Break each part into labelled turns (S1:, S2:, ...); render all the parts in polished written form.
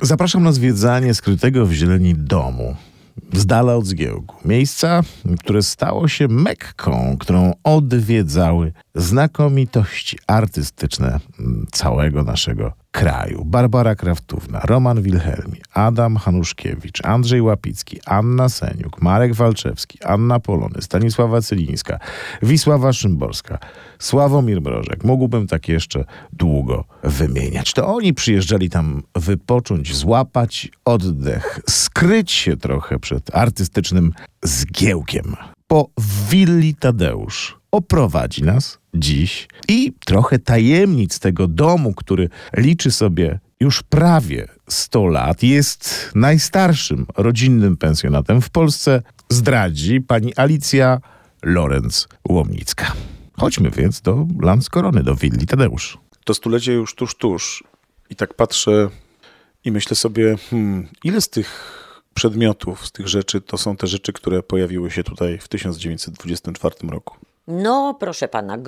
S1: Zapraszam na zwiedzanie skrytego w zieleni domu, z dala od zgiełku. Miejsca, które stało się Mekką, którą odwiedzały znakomitości artystyczne całego naszego kraju. Barbara Kraftówna, Roman Wilhelmi, Adam Hanuszkiewicz, Andrzej Łapicki, Anna Seniuk, Marek Walczewski, Anna Polony, Stanisława Cylińska, Wisława Szymborska, Sławomir Mrożek. Mógłbym tak jeszcze długo wymieniać. To oni przyjeżdżali tam wypocząć, złapać oddech, skryć się trochę przed artystycznym zgiełkiem. Po willi Tadeusz oprowadzi nas dziś i trochę tajemnic tego domu, który liczy sobie już prawie 100 lat, jest najstarszym rodzinnym pensjonatem w Polsce, zdradzi pani Alicja Lorenz-Łomnicka. Chodźmy więc do Landskorony, do willi Tadeusz.
S2: To stulecie już tuż. I tak patrzę i myślę sobie, ile z tych przedmiotów, z tych rzeczy, to są te rzeczy, które pojawiły się tutaj w 1924 roku.
S3: No, proszę pana,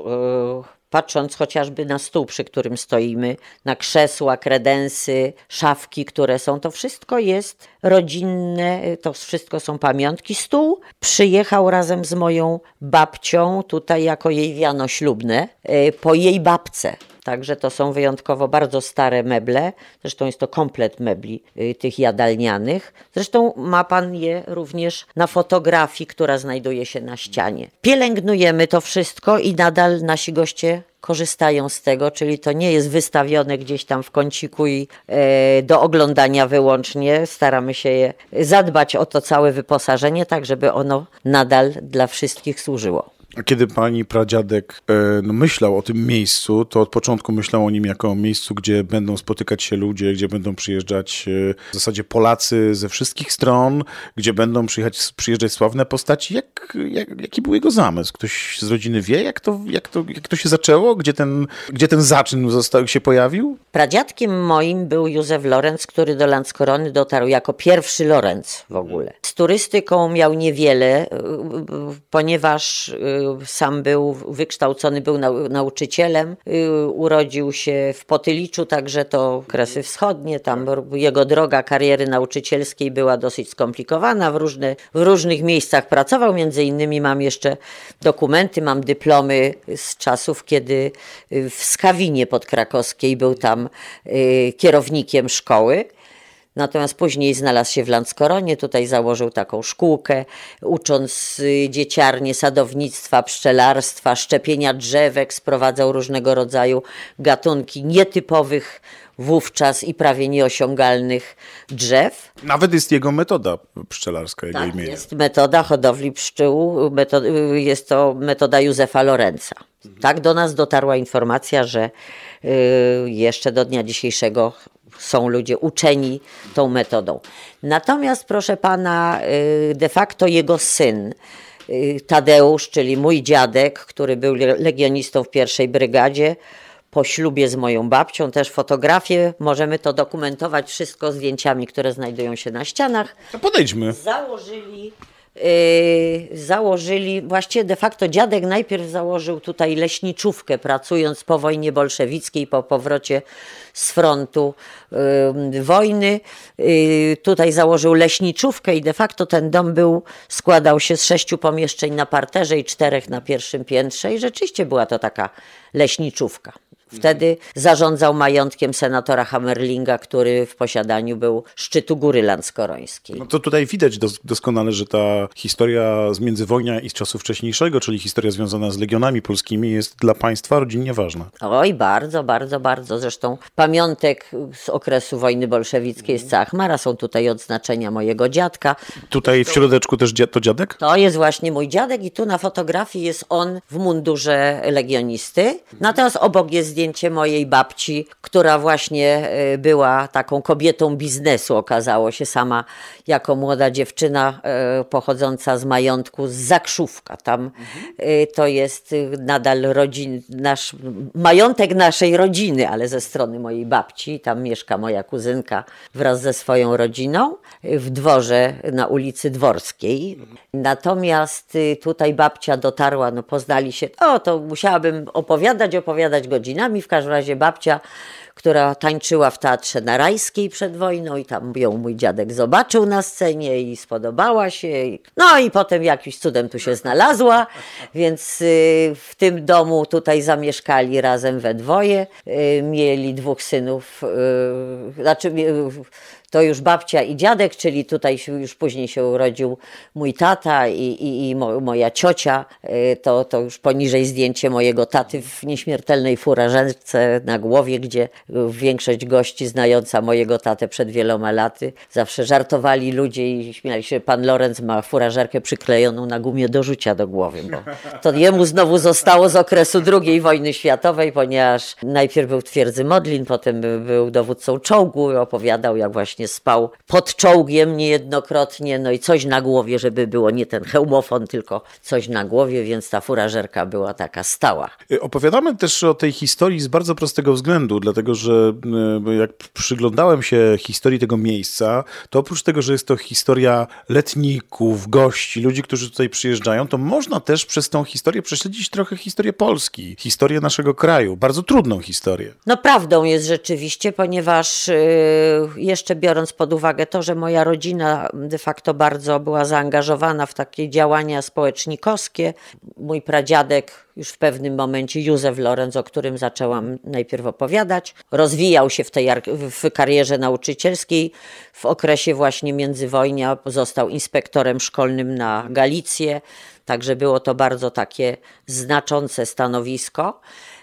S3: patrząc chociażby na stół, przy którym stoimy, na krzesła, kredensy, szafki, które są, to wszystko jest rodzinne, to wszystko są pamiątki. Stół przyjechał razem z moją babcią tutaj jako jej wiano ślubne po jej babce. Także to są wyjątkowo bardzo stare meble. Zresztą jest to komplet mebli tych jadalnianych. Zresztą ma pan je również na fotografii, która znajduje się na ścianie. Pielęgnujemy to wszystko i nadal nasi goście korzystają z tego, czyli to nie jest wystawione gdzieś tam w kąciku i do oglądania wyłącznie. Staramy się je zadbać o to całe wyposażenie, tak żeby ono nadal dla wszystkich służyło.
S2: A kiedy pani pradziadek myślał o tym miejscu, to od początku myślał o nim jako o miejscu, gdzie będą spotykać się ludzie, gdzie będą przyjeżdżać w zasadzie Polacy ze wszystkich stron, gdzie będą przyjeżdżać sławne postaci. Jaki był jego zamysł? Ktoś z rodziny wie, jak to się zaczęło? Gdzie ten zaczyn się pojawił?
S3: Pradziadkiem moim był Józef Lorenz, który do Landskorony dotarł jako pierwszy Lorenz w ogóle. Z turystyką miał niewiele, ponieważ sam był wykształcony, był nauczycielem, urodził się w Potyliczu, także to Kresy Wschodnie, tam jego droga kariery nauczycielskiej była dosyć skomplikowana, w różnych miejscach pracował, między innymi mam jeszcze dokumenty, mam dyplomy z czasów, kiedy w Skawinie podkrakowskiej był tam kierownikiem szkoły. Natomiast później znalazł się w Landskoronie, tutaj założył taką szkółkę, ucząc dzieciarnie sadownictwa, pszczelarstwa, szczepienia drzewek, sprowadzał różnego rodzaju gatunki nietypowych wówczas i prawie nieosiągalnych drzew.
S2: Nawet jest jego metoda pszczelarska, jego imienia.
S3: Jest metoda hodowli pszczół, jest to metoda Józefa Lorenza. Tak do nas dotarła informacja, że jeszcze do dnia dzisiejszego są ludzie uczeni tą metodą. Natomiast, proszę pana, de facto jego syn Tadeusz, czyli mój dziadek, który był legionistą w pierwszej brygadzie, po ślubie z moją babcią, też fotografie, możemy to dokumentować wszystko zdjęciami, które znajdują się na ścianach.
S2: To podejdźmy.
S3: Założyli, właściwie de facto dziadek najpierw założył tutaj leśniczówkę, pracując po wojnie bolszewickiej, po powrocie z frontu wojny. Tutaj założył leśniczówkę i de facto ten dom składał się z 6 pomieszczeń na parterze i 4 na pierwszym piętrze i rzeczywiście była to taka leśniczówka. Wtedy zarządzał majątkiem senatora Hammerlinga, który w posiadaniu był szczytu Góry Landskorońskiej.
S2: No to tutaj widać doskonale, że ta historia z międzywojnia i z czasu wcześniejszego, czyli historia związana z legionami polskimi, jest dla państwa rodzinnie ważna.
S3: Oj, bardzo, bardzo, bardzo. Zresztą pamiątek z okresu wojny bolszewickiej z cała chmara. Są tutaj odznaczenia mojego dziadka.
S2: Tutaj w środeczku też to dziadek?
S3: To jest właśnie mój dziadek i tu na fotografii jest on w mundurze legionisty. Natomiast obok jest zdjęcie mojej babci, która właśnie była taką kobietą biznesu, okazało się, sama jako młoda dziewczyna pochodząca z majątku z Zakrzówka. Tam to jest nadal majątek naszej rodziny, ale ze strony mojej babci. Tam mieszka moja kuzynka wraz ze swoją rodziną w dworze na ulicy Dworskiej. Natomiast tutaj babcia dotarła, poznali się, to musiałabym opowiadać godzinami. W każdym razie babcia, która tańczyła w Teatrze Narajskiej przed wojną i tam ją mój dziadek zobaczył na scenie i spodobała się. No i potem jakimś cudem tu się znalazła, więc w tym domu tutaj zamieszkali razem we dwoje. Mieli 2 synów, to już babcia i dziadek, czyli tutaj już później się urodził mój tata i moja ciocia. To już poniżej zdjęcie mojego taty w nieśmiertelnej furażerce na głowie, gdzie większość gości znająca mojego tatę przed wieloma laty zawsze żartowali ludzie i śmiali się, pan Lorenz ma furażerkę przyklejoną na gumie do rzucia do głowy, bo to jemu znowu zostało z okresu II wojny światowej, ponieważ najpierw był w twierdzy Modlin, potem był dowódcą czołgu i opowiadał, jak właśnie spał pod czołgiem niejednokrotnie, no i coś na głowie, żeby było nie ten hełmofon, tylko coś na głowie, więc ta furażerka była taka stała.
S2: Opowiadamy też o tej historii z bardzo prostego względu, dlatego że jak przyglądałem się historii tego miejsca, to oprócz tego, że jest to historia letników, gości, ludzi, którzy tutaj przyjeżdżają, to można też przez tą historię prześledzić trochę historię Polski, historię naszego kraju, bardzo trudną historię.
S3: No prawdą jest rzeczywiście, ponieważ jeszcze biorąc pod uwagę to, że moja rodzina de facto bardzo była zaangażowana w takie działania społecznikowskie. Mój pradziadek już w pewnym momencie, Józef Lorenz, o którym zaczęłam najpierw opowiadać, rozwijał się w karierze nauczycielskiej. W okresie właśnie międzywojnia został inspektorem szkolnym na Galicję, także było to bardzo takie znaczące stanowisko.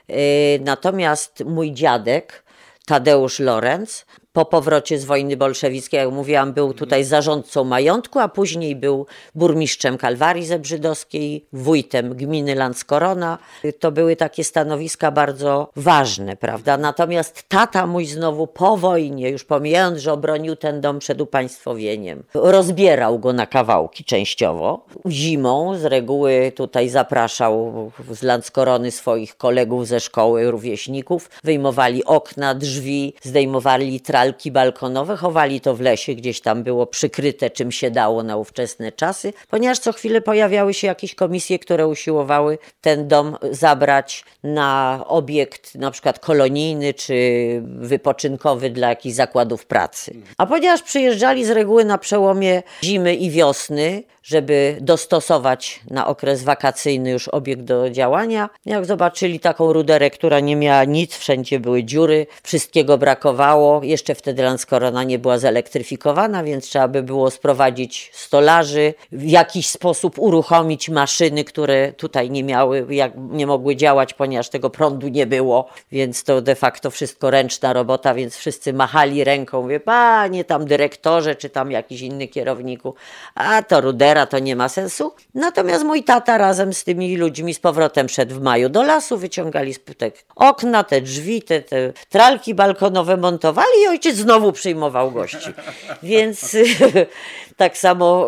S3: Natomiast mój dziadek, Tadeusz Lorenz, po powrocie z wojny bolszewickiej, jak mówiłam, był tutaj zarządcą majątku, a później był burmistrzem Kalwarii Zebrzydowskiej, wójtem gminy Landskorona. To były takie stanowiska bardzo ważne, prawda? Natomiast tata mój znowu po wojnie, już pomijając, że obronił ten dom przed upaństwowieniem, rozbierał go na kawałki częściowo. Zimą z reguły tutaj zapraszał z Landskorony swoich kolegów ze szkoły, rówieśników. Wyjmowali okna, drzwi, zdejmowali tralki balkonowe, chowali to w lesie, gdzieś tam było przykryte czym się dało na ówczesne czasy, ponieważ co chwilę pojawiały się jakieś komisje, które usiłowały ten dom zabrać na obiekt na przykład kolonijny czy wypoczynkowy dla jakichś zakładów pracy. A ponieważ przyjeżdżali z reguły na przełomie zimy i wiosny, żeby dostosować na okres wakacyjny już obiekt do działania. Jak zobaczyli taką ruderę, która nie miała nic, wszędzie były dziury, wszystkiego brakowało. Jeszcze wtedy Landskorona nie była zelektryfikowana, więc trzeba by było sprowadzić stolarzy, w jakiś sposób uruchomić maszyny, które tutaj nie mogły działać, ponieważ tego prądu nie było, więc to de facto wszystko ręczna robota, więc wszyscy machali ręką, mówię, panie tam dyrektorze, czy tam jakiś inny kierowniku, a to rudera to nie ma sensu. Natomiast mój tata razem z tymi ludźmi z powrotem szedł w maju do lasu, wyciągali z okna, te drzwi, te tralki balkonowe montowali i ojciec znowu przyjmował gości. Więc tak samo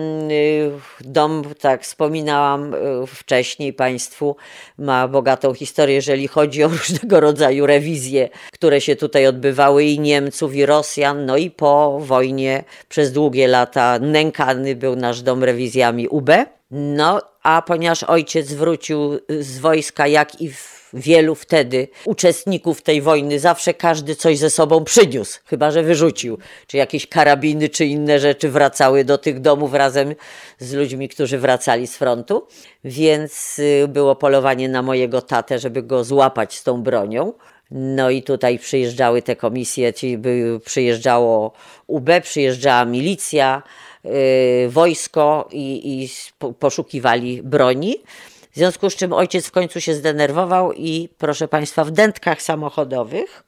S3: dom, tak wspominałam wcześniej Państwu, ma bogatą historię, jeżeli chodzi o różnego rodzaju rewizje, które się tutaj odbywały i Niemców, i Rosjan. No i po wojnie przez długie lata nękany był nasz dom rewizjami UB. No a ponieważ ojciec wrócił z wojska, jak i wielu wtedy uczestników tej wojny, zawsze każdy coś ze sobą przyniósł, chyba że wyrzucił, czy jakieś karabiny, czy inne rzeczy wracały do tych domów razem z ludźmi, którzy wracali z frontu, więc było polowanie na mojego tatę, żeby go złapać z tą bronią. No i tutaj przyjeżdżały te komisje, przyjeżdżało UB, przyjeżdżała milicja, wojsko i poszukiwali broni. W związku z czym ojciec w końcu się zdenerwował i proszę Państwa, w dętkach samochodowych,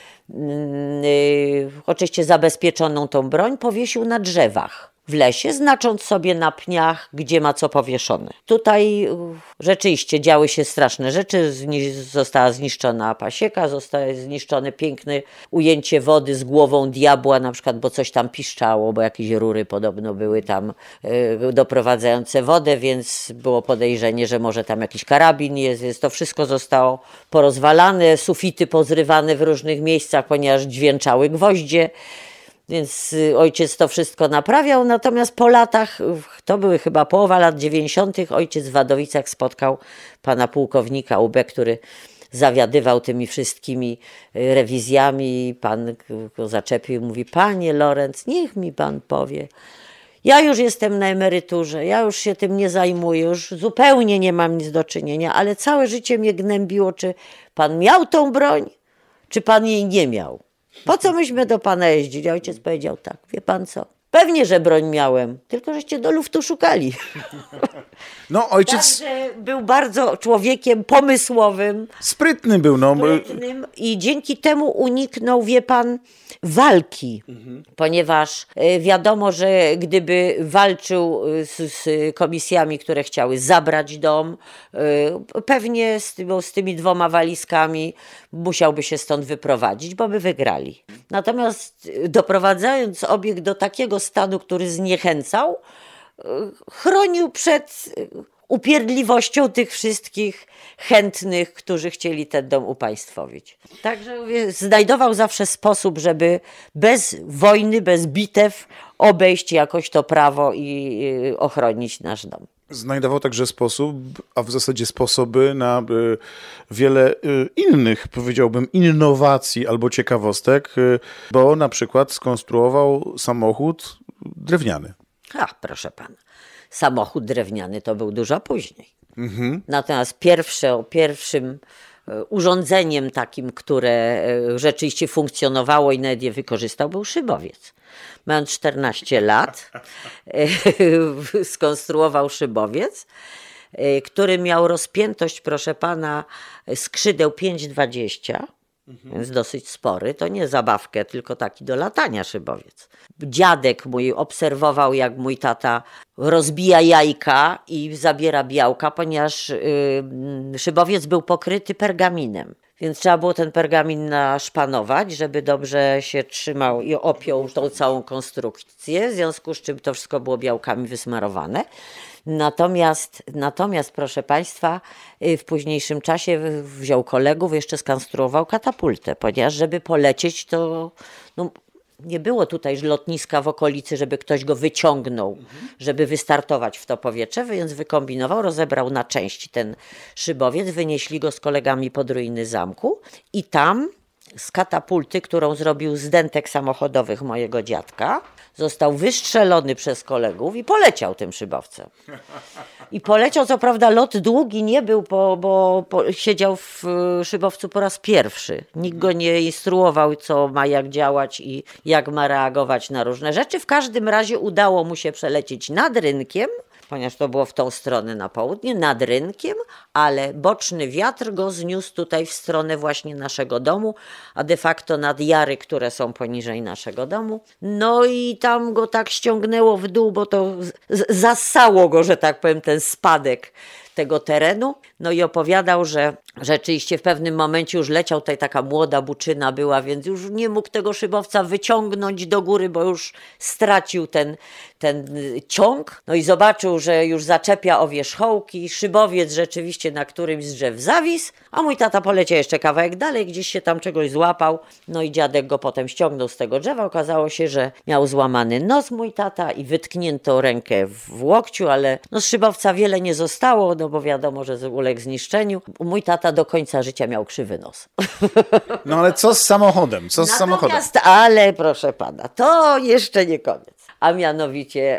S3: oczywiście zabezpieczoną tą broń, powiesił na drzewach w lesie, znacząc sobie na pniach, gdzie ma co powieszone. Tutaj rzeczywiście działy się straszne rzeczy, została zniszczona pasieka, zostało zniszczone piękne ujęcie wody z głową diabła, na przykład, bo coś tam piszczało, bo jakieś rury podobno były tam doprowadzające wodę, więc było podejrzenie, że może tam jakiś karabin jest, więc to wszystko zostało porozwalane, sufity pozrywane w różnych miejscach, ponieważ dźwięczały gwoździe. Więc ojciec to wszystko naprawiał, natomiast po latach, to były chyba połowa lat 90., ojciec w Wadowicach spotkał pana pułkownika UB, który zawiadywał tymi wszystkimi rewizjami. Pan go zaczepił i mówi: panie Lorenz, niech mi pan powie, ja już jestem na emeryturze, ja już się tym nie zajmuję, już zupełnie nie mam nic do czynienia, ale całe życie mnie gnębiło, czy pan miał tą broń, czy pan jej nie miał. Po co myśmy do pana jeździli? Ojciec powiedział tak: wie pan co, pewnie, że broń miałem, tylko żeście do luftu szukali.
S2: No ojciec
S3: Także był bardzo człowiekiem pomysłowym,
S2: sprytny był, no.
S3: sprytnym i dzięki temu uniknął, wie pan, walki. Ponieważ wiadomo, że gdyby walczył z komisjami, które chciały zabrać dom, pewnie z tymi 2 walizkami musiałby się stąd wyprowadzić, bo by wygrali. Natomiast doprowadzając obieg do takiego stanu, który zniechęcał, chronił przed upierdliwością tych wszystkich chętnych, którzy chcieli ten dom upaństwowić. Także znajdował zawsze sposób, żeby bez wojny, bez bitew obejść jakoś to prawo i ochronić nasz dom.
S2: Znajdował także sposób, a w zasadzie sposoby na wiele innych, powiedziałbym, innowacji albo ciekawostek, bo na przykład skonstruował samochód drewniany.
S3: Proszę pana, samochód drewniany to był dużo później. Natomiast pierwszym urządzeniem takim, które rzeczywiście funkcjonowało i nawet je wykorzystał, był szybowiec. Mając 14 lat, skonstruował szybowiec, który miał rozpiętość, proszę pana, skrzydeł 5,20, więc dosyć spory. To nie zabawkę, tylko taki do latania szybowiec. Dziadek mój obserwował, jak mój tata rozbija jajka i zabiera białka, ponieważ szybowiec był pokryty pergaminem. Więc trzeba było ten pergamin naszpanować, żeby dobrze się trzymał i opiął tą całą konstrukcję, w związku z czym to wszystko było białkami wysmarowane. Natomiast, proszę państwa, w późniejszym czasie wziął kolegów, jeszcze skonstruował katapultę, ponieważ żeby polecieć, to nie było tutaj lotniska w okolicy, żeby ktoś go wyciągnął, żeby wystartować w to powietrze, więc wykombinował, rozebrał na części ten szybowiec, wynieśli go z kolegami pod ruiny zamku i tam z katapulty, którą zrobił z dentek samochodowych mojego dziadka, został wystrzelony przez kolegów i poleciał tym szybowcem. I poleciał, co prawda lot długi nie był, bo siedział w szybowcu po raz pierwszy. Nikt go nie instruował, co ma jak działać i jak ma reagować na różne rzeczy. W każdym razie udało mu się przelecieć nad rynkiem, ponieważ to było w tą stronę na południe, nad rynkiem, ale boczny wiatr go zniósł tutaj w stronę właśnie naszego domu, a de facto nad jary, które są poniżej naszego domu. No i tam go tak ściągnęło w dół, bo to zassało go, że tak powiem, ten spadek tego terenu. No i opowiadał, że rzeczywiście w pewnym momencie już leciał, tutaj taka młoda buczyna była, więc już nie mógł tego szybowca wyciągnąć do góry, bo już stracił ten ciąg. No i zobaczył, że już zaczepia o wierzchołki, szybowiec rzeczywiście na którymś z drzew zawisł, a mój tata poleciał jeszcze kawałek dalej, gdzieś się tam czegoś złapał. No i dziadek go potem ściągnął z tego drzewa. Okazało się, że miał złamany nos mój tata i wytkniętą rękę w łokciu, ale z szybowca wiele nie zostało, no bo wiadomo, że uległ zniszczeniu. Mój tata do końca życia miał krzywy nos.
S2: No ale co z samochodem?
S3: Ale proszę pana, to jeszcze nie koniec. A mianowicie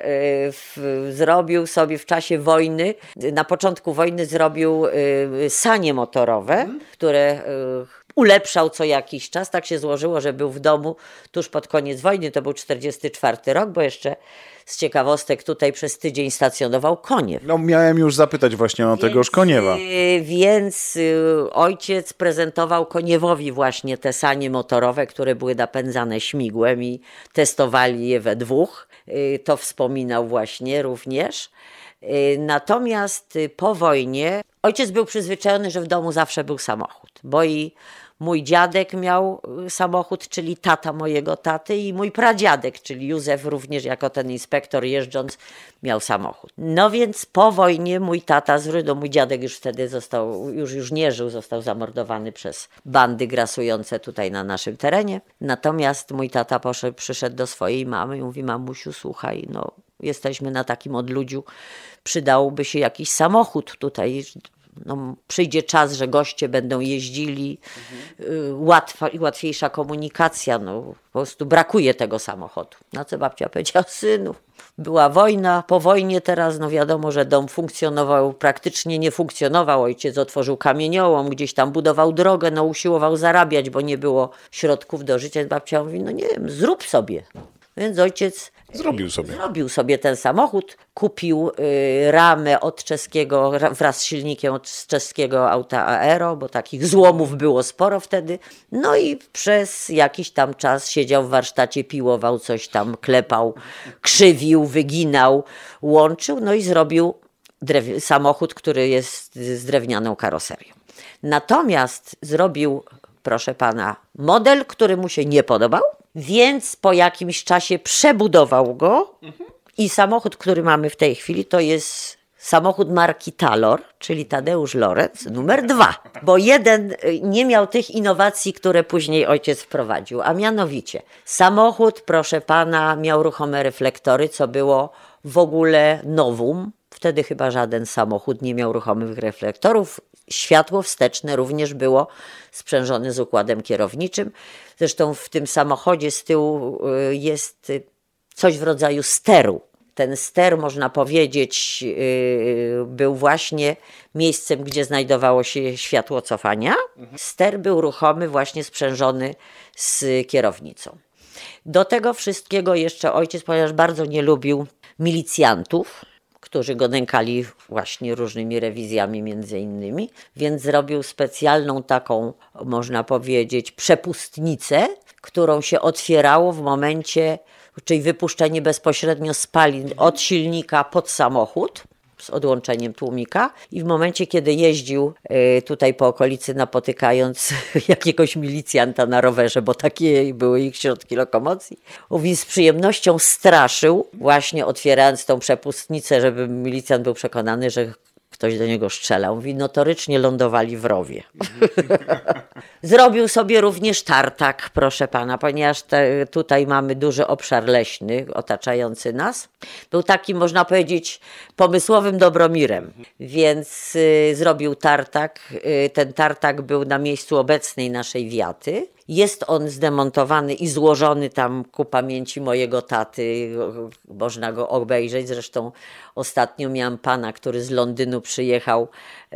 S3: zrobił sobie w czasie wojny, na początku wojny zrobił sanie motorowe, które ulepszał co jakiś czas. Tak się złożyło, że był w domu tuż pod koniec wojny, to był 1944 rok, bo jeszcze z ciekawostek tutaj przez tydzień stacjonował Koniew.
S2: No miałem już zapytać właśnie o tegoż Koniewa.
S3: Więc ojciec prezentował Koniewowi właśnie te sanie motorowe, które były napędzane śmigłem i testowali je we dwóch. To wspominał właśnie również. Natomiast po wojnie ojciec był przyzwyczajony, że w domu zawsze był samochód, bo i mój dziadek miał samochód, czyli tata mojego taty, i mój pradziadek, czyli Józef, również jako ten inspektor jeżdżąc, miał samochód. No więc po wojnie mój tata, mój dziadek już wtedy już nie żył, został zamordowany przez bandy grasujące tutaj na naszym terenie. Natomiast mój tata przyszedł do swojej mamy i mówi: mamusiu, słuchaj, jesteśmy na takim odludziu, przydałby się jakiś samochód tutaj. no, przyjdzie czas, że goście będą jeździli, łatwiejsza komunikacja, no po prostu brakuje tego samochodu. Na co babcia powiedziała, synu, była wojna, po wojnie teraz, no wiadomo, że dom funkcjonował, praktycznie nie funkcjonował. Ojciec otworzył kamieniołom, gdzieś tam budował drogę, no usiłował zarabiać, bo nie było środków do życia. Babcia mówi, no nie wiem, zrób sobie. Więc ojciec zrobił sobie ten samochód, kupił ramę od czeskiego, wraz z silnikiem z czeskiego auta Aero, bo takich złomów było sporo wtedy. No i przez jakiś tam czas siedział w warsztacie, piłował coś tam, klepał, krzywił, wyginał, łączył, no i zrobił samochód, który jest z drewnianą karoserią. Natomiast zrobił, proszę pana, model, który mu się nie podobał, więc po jakimś czasie przebudował go i samochód, który mamy w tej chwili, to jest samochód marki Talor, czyli Tadeusz Lorenz, numer 2. Bo jeden nie miał tych innowacji, które później ojciec wprowadził, a mianowicie samochód, proszę pana, miał ruchome reflektory, co było w ogóle novum. Wtedy chyba żaden samochód nie miał ruchomych reflektorów. Światło wsteczne również było sprzężone z układem kierowniczym. Zresztą w tym samochodzie z tyłu jest coś w rodzaju steru. Ten ster, można powiedzieć, był właśnie miejscem, gdzie znajdowało się światło cofania. Ster był ruchomy, właśnie sprzężony z kierownicą. Do tego wszystkiego jeszcze ojciec, ponieważ bardzo nie lubił milicjantów, którzy go nękali właśnie różnymi rewizjami między innymi, więc zrobił specjalną taką, można powiedzieć, przepustnicę, którą się otwierało w momencie, czyli wypuszczenie bezpośrednio spalin od silnika pod samochód, z odłączeniem tłumika i w momencie, kiedy jeździł tutaj po okolicy, napotykając jakiegoś milicjanta na rowerze, bo takie były ich środki lokomocji, mówi, z przyjemnością straszył, właśnie otwierając tą przepustnicę, żeby milicjant był przekonany, że ktoś do niego strzelał. Mówi, notorycznie lądowali w rowie. Zrobił sobie również tartak, proszę pana, ponieważ tutaj mamy duży obszar leśny otaczający nas. Był takim, można powiedzieć, pomysłowym Dobromirem, więc zrobił tartak. Ten tartak był na miejscu obecnej naszej wiaty. Jest on zdemontowany i złożony tam ku pamięci mojego taty. Można go obejrzeć. Zresztą ostatnio miałam pana, który z Londynu przyjechał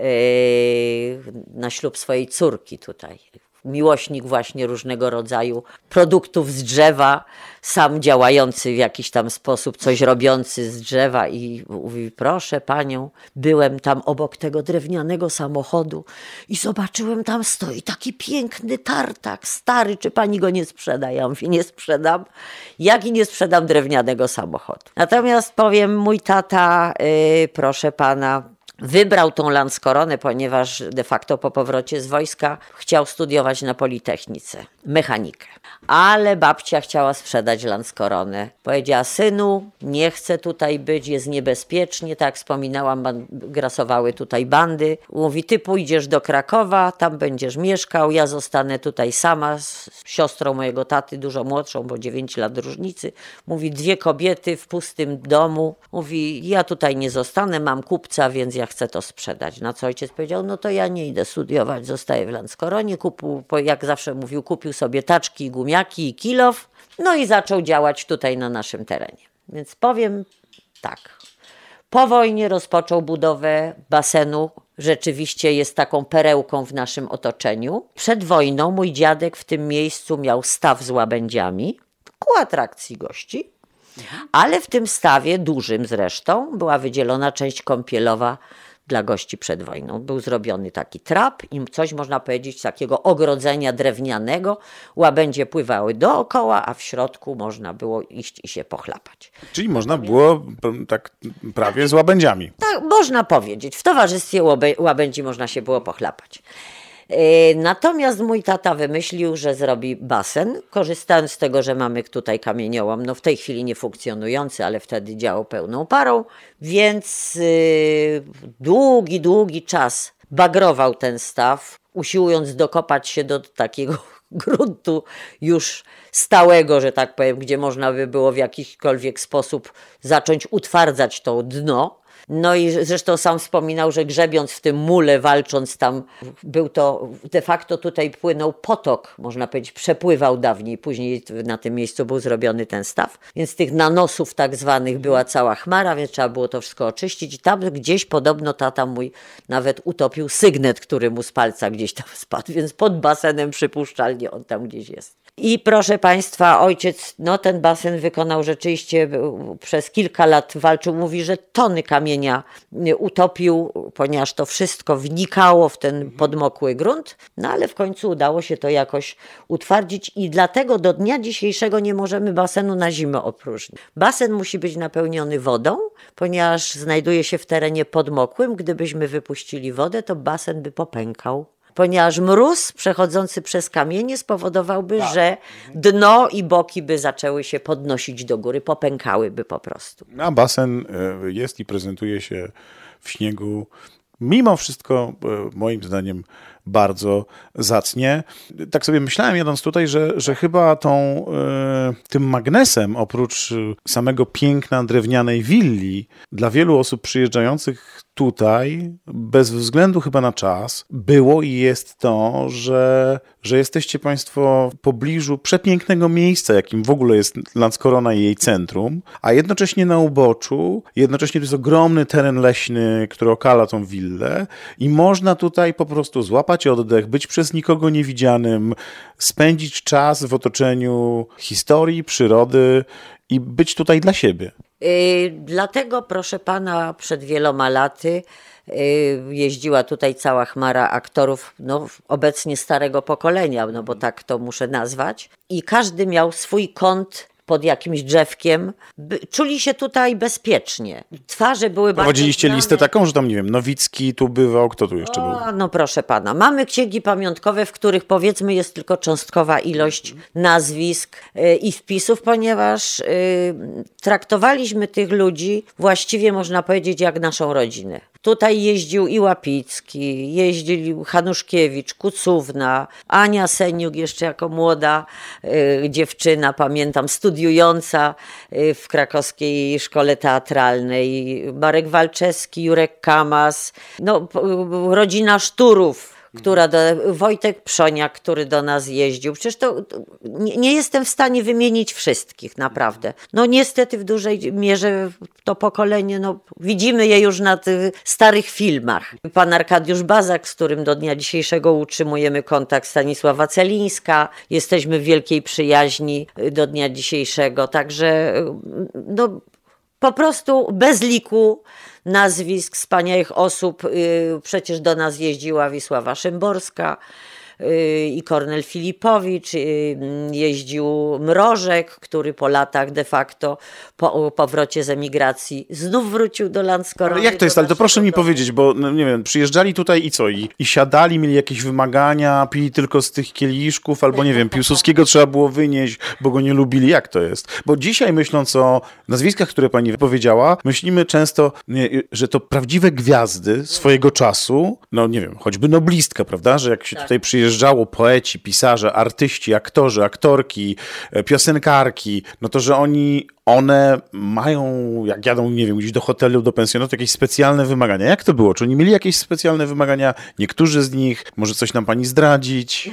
S3: na ślub swojej córki tutaj. Miłośnik właśnie różnego rodzaju produktów z drzewa, sam działający w jakiś tam sposób, coś robiący z drzewa i mówi, proszę panią, byłem tam obok tego drewnianego samochodu i zobaczyłem, tam stoi taki piękny tartak, stary, czy pani go nie sprzeda? Ja mówię, nie sprzedam, jak i nie sprzedam drewnianego samochodu. Natomiast powiem, mój tata, proszę pana, wybrał tą Landscoronę, ponieważ de facto po powrocie z wojska chciał studiować na Politechnice mechanikę. Ale babcia chciała sprzedać Landscoronę. Powiedziała, synu, nie chcę tutaj być, jest niebezpiecznie. Tak jak wspominałam, grasowały tutaj bandy. Mówi, ty pójdziesz do Krakowa, tam będziesz mieszkał, ja zostanę tutaj sama z siostrą mojego taty, dużo młodszą, bo 9 lat różnicy. Mówi, 2 kobiety w pustym domu. Mówi, ja tutaj nie zostanę, mam kupca, więc ja chcę to sprzedać. Na co ojciec powiedział, no to ja nie idę studiować, zostaję w Landscoronie. Jak zawsze mówił, kupił sobie taczki, gumiaki i kilof, no i zaczął działać tutaj na naszym terenie. Więc powiem tak, po wojnie rozpoczął budowę basenu, rzeczywiście jest taką perełką w naszym otoczeniu. Przed wojną mój dziadek w tym miejscu miał staw z łabędziami ku atrakcji gości, ale w tym stawie, dużym zresztą, była wydzielona część kąpielowa dla gości przed wojną. Był zrobiony taki trap i coś, można powiedzieć, takiego ogrodzenia drewnianego. Łabędzie pływały dookoła, a w środku można było iść i się pochlapać.
S2: Czyli można było tak prawie z łabędziami.
S3: Tak, można powiedzieć. W towarzystwie łabędzi można się było pochlapać. Natomiast mój tata wymyślił, że zrobi basen, korzystając z tego, że mamy tutaj kamieniołom, no w tej chwili nie funkcjonujący, ale wtedy działał pełną parą, więc długi czas bagrował ten staw, usiłując dokopać się do takiego gruntu już stałego, że tak powiem, gdzie można by było w jakikolwiek sposób zacząć utwardzać to dno. No i zresztą sam wspominał, że grzebiąc w tym mule, walcząc tam, był to de facto tutaj płynął potok, można powiedzieć, przepływał dawniej, później na tym miejscu był zrobiony ten staw, więc tych nanosów tak zwanych była cała chmara, więc trzeba było to wszystko oczyścić i tam gdzieś podobno tata mój nawet utopił sygnet, który mu z palca gdzieś tam spadł, więc pod basenem przypuszczalnie on tam gdzieś jest. I proszę Państwa, ojciec, no ten basen wykonał rzeczywiście, przez kilka lat walczył, mówi, że tony kamienia utopił, ponieważ to wszystko wnikało w ten podmokły grunt, no ale w końcu udało się to jakoś utwardzić i dlatego do dnia dzisiejszego nie możemy basenu na zimę opróżnić. Basen musi być napełniony wodą, ponieważ znajduje się w terenie podmokłym, gdybyśmy wypuścili wodę, to basen by popękał. Ponieważ mróz przechodzący przez kamienie spowodowałby, że dno i boki by zaczęły się podnosić do góry, popękałyby po prostu.
S2: A basen jest i prezentuje się w śniegu mimo wszystko, moim zdaniem, bardzo zacnie. Tak sobie myślałem jadąc tutaj, że chyba tym magnesem, oprócz samego piękna drewnianej willi, dla wielu osób przyjeżdżających tutaj, bez względu chyba na czas, było i jest to, że jesteście Państwo w pobliżu przepięknego miejsca, jakim w ogóle jest Landskrona i jej centrum, a jednocześnie na uboczu, jednocześnie to jest ogromny teren leśny, który okala tą willę i można tutaj po prostu złapać oddech, być przez nikogo niewidzianym, spędzić czas w otoczeniu historii, przyrody i być tutaj dla siebie.
S3: Dlatego, proszę pana, przed wieloma laty jeździła tutaj cała chmara aktorów, no, obecnie starego pokolenia, no bo tak to muszę nazwać. I każdy miał swój kąt pod jakimś drzewkiem. Czuli się tutaj bezpiecznie. Twarze były bardzo
S2: Prowadziliście
S3: znane.
S2: listę taką, że tam, nie wiem, Nowicki tu bywał, kto tu jeszcze był?
S3: No proszę pana, mamy księgi pamiątkowe, w których powiedzmy jest tylko cząstkowa ilość nazwisk i wpisów, ponieważ traktowaliśmy tych ludzi właściwie można powiedzieć jak naszą rodzinę. Tutaj jeździł i Łapicki, jeździł Hanuszkiewicz, Kucówna, Ania Seniuk jeszcze jako młoda dziewczyna, pamiętam, studiująca w krakowskiej szkole teatralnej, Marek Walczewski, Jurek Kamas, no, rodzina Szturów, Wojtek Przoniak, który do nas jeździł. Przecież to nie jestem w stanie wymienić wszystkich, naprawdę. No niestety w dużej mierze to pokolenie, no widzimy je już na tych starych filmach. Pan Arkadiusz Bazak, z którym do dnia dzisiejszego utrzymujemy kontakt, Stanisława Celińska, jesteśmy w wielkiej przyjaźni do dnia dzisiejszego, także no po prostu bez liku nazwisk wspaniałych osób. Przecież do nas jeździła Wisława Szymborska i Kornel Filipowicz, jeździł Mrożek, który po latach de facto po powrocie z emigracji znów wrócił do Landskrony.
S2: Ale jak to jest? Ale to proszę mi powiedzieć, bo no, nie wiem, przyjeżdżali tutaj i co? I siadali, mieli jakieś wymagania, pili tylko z tych kieliszków, albo nie wiem, Piłsudskiego trzeba było wynieść, bo go nie lubili. Jak to jest? Bo dzisiaj myśląc o nazwiskach, które pani wypowiedziała, myślimy często, że to prawdziwe gwiazdy swojego czasu, no nie wiem, choćby noblistka, prawda? Że jak się tutaj przyjeżdżało poeci, pisarze, artyści, aktorzy, aktorki, piosenkarki, no to, że one mają, jak jadą, nie wiem, gdzieś do hotelu, do pensjonatu, jakieś specjalne wymagania. Jak to było? Czy oni mieli jakieś specjalne wymagania? Niektórzy z nich? Może coś nam pani zdradzić?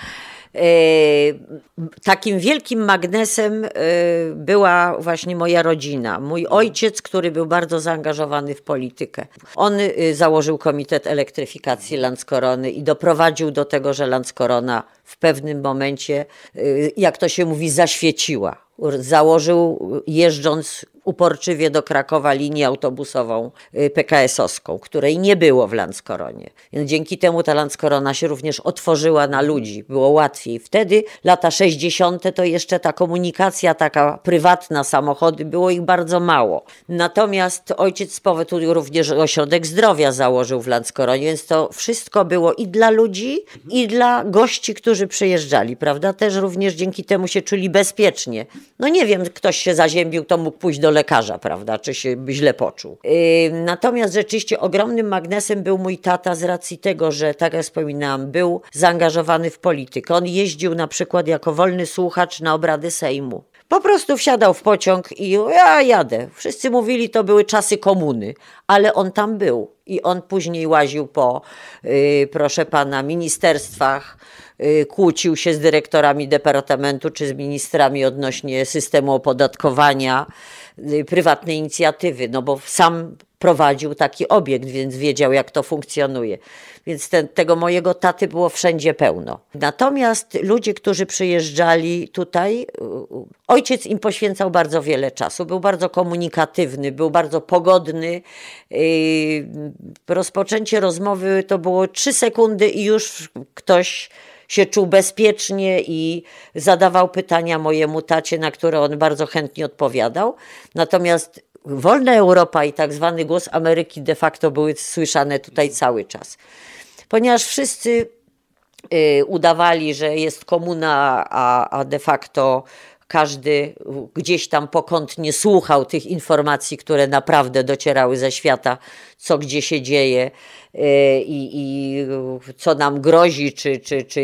S3: Takim wielkim magnesem była właśnie moja rodzina. Mój ojciec, który był bardzo zaangażowany w politykę. On założył Komitet Elektryfikacji Landskrony i doprowadził do tego, że Landskrona w pewnym momencie, jak to się mówi, zaświeciła. Założył, jeżdżąc uporczywie do Krakowa, linię autobusową PKS-owską, której nie było w Landskronie. Więc dzięki temu ta Landskrona się również otworzyła na ludzi, było łatwiej. Wtedy, lata 60., to jeszcze ta komunikacja taka prywatna, samochody, było ich bardzo mało. Natomiast ojciec z powodu również ośrodek zdrowia założył w Landskronie, więc to wszystko było i dla ludzi, i dla gości, którzy przyjeżdżali, prawda? Też również dzięki temu się czuli bezpiecznie. No nie wiem, ktoś się zaziębił, to mógł pójść do lekarza, prawda, czy się źle poczuł. Natomiast rzeczywiście ogromnym magnesem był mój tata z racji tego, że, tak jak wspominałam, był zaangażowany w politykę. On jeździł na przykład jako wolny słuchacz na obrady Sejmu. Po prostu wsiadał w pociąg i ja jadę. Wszyscy mówili, to były czasy komuny, ale on tam był. I on później łaził po, proszę pana, ministerstwach, kłócił się z dyrektorami departamentu czy z ministrami odnośnie systemu opodatkowania, prywatnej inicjatywy, no bo sam prowadził taki obiekt, więc wiedział, jak to funkcjonuje. Więc tego mojego taty było wszędzie pełno. Natomiast ludzie, którzy przyjeżdżali tutaj, ojciec im poświęcał bardzo wiele czasu. Był bardzo komunikatywny, był bardzo pogodny. Rozpoczęcie rozmowy to było 3 sekundy i już ktoś się czuł bezpiecznie i zadawał pytania mojemu tacie, na które on bardzo chętnie odpowiadał. Natomiast Wolna Europa i tak zwany Głos Ameryki de facto były słyszane tutaj cały czas. Ponieważ wszyscy udawali, że jest komuna, a de facto każdy gdzieś tam pokątnie słuchał tych informacji, które naprawdę docierały ze świata, co gdzie się dzieje i co nam grozi, czy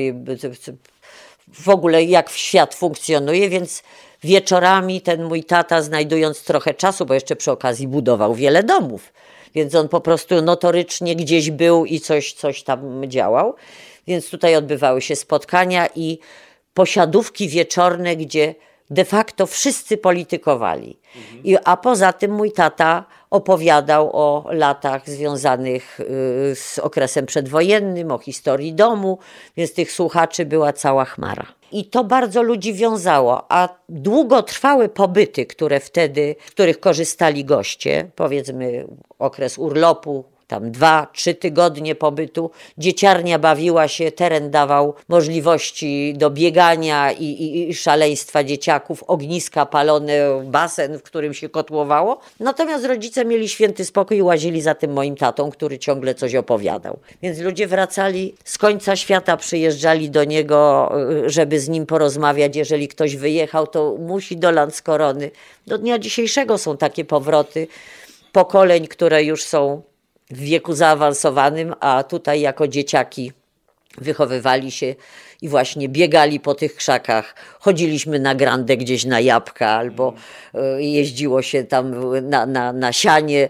S3: w ogóle jak świat funkcjonuje, więc wieczorami ten mój tata, znajdując trochę czasu, bo jeszcze przy okazji budował wiele domów, więc on po prostu notorycznie gdzieś był i coś tam działał. Więc tutaj odbywały się spotkania i posiadówki wieczorne, gdzie de facto wszyscy politykowali. A poza tym mój tata opowiadał o latach związanych z okresem przedwojennym, o historii domu, więc tych słuchaczy była cała chmara. I to bardzo ludzi wiązało, a długotrwałe pobyty, w których korzystali goście, powiedzmy okres urlopu, tam 2-3 tygodnie pobytu, dzieciarnia bawiła się, teren dawał możliwości do biegania i szaleństwa dzieciaków, ogniska palone, basen, w którym się kotłowało. Natomiast rodzice mieli święty spokój i łazili za tym moim tatą, który ciągle coś opowiadał. Więc ludzie wracali z końca świata, przyjeżdżali do niego, żeby z nim porozmawiać. Jeżeli ktoś wyjechał, to musi do Landskorony. Do dnia dzisiejszego są takie powroty pokoleń, które już są w wieku zaawansowanym, a tutaj jako dzieciaki wychowywali się i właśnie biegali po tych krzakach, chodziliśmy na grandę gdzieś na jabłka albo jeździło się tam na sianie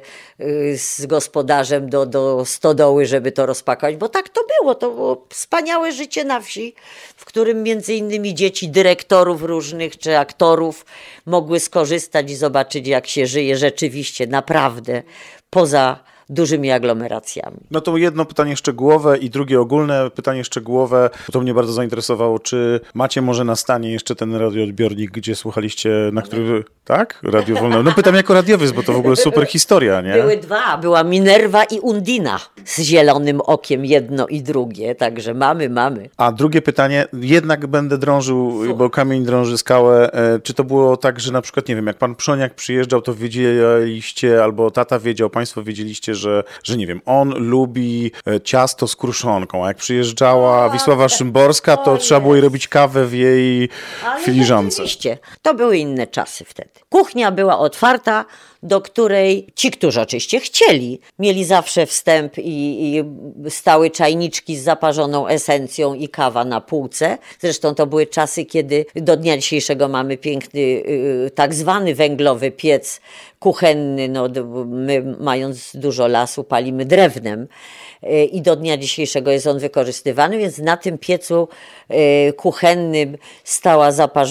S3: z gospodarzem do stodoły, żeby to rozpakować, bo tak to było wspaniałe życie na wsi, w którym między innymi dzieci dyrektorów różnych czy aktorów mogły skorzystać i zobaczyć, jak się żyje rzeczywiście, naprawdę, poza dużymi aglomeracjami.
S2: No to jedno pytanie szczegółowe i drugie ogólne pytanie szczegółowe. To mnie bardzo zainteresowało. Czy macie może na stanie jeszcze ten radioodbiornik, gdzie słuchaliście, na który... Tak? Radio Wolne. No pytam jako radiowiec, bo to w ogóle super historia, nie?
S3: Były 2. Była Minerva i Undina z zielonym okiem, jedno i drugie. Także mamy.
S2: A drugie pytanie, jednak będę drążył, bo kamień drąży skałę. Czy to było tak, że na przykład, nie wiem, jak pan Przoniak przyjeżdżał, to wiedzieliście, albo tata wiedział, państwo wiedzieliście, że nie wiem, on lubi ciasto z kruszonką, a jak przyjeżdżała Wisława Szymborska, to trzeba było jej robić kawę w jej filiżance.
S3: Oczywiście, to były inne czasy wtedy. Kuchnia była otwarta, do której ci, którzy oczywiście chcieli, mieli zawsze wstęp i stały czajniczki z zaparzoną esencją i kawa na półce. Zresztą to były czasy, kiedy do dnia dzisiejszego mamy piękny tak zwany węglowy piec kuchenny. No, my mając dużo lasu palimy drewnem i do dnia dzisiejszego jest on wykorzystywany, więc na tym piecu kuchennym stała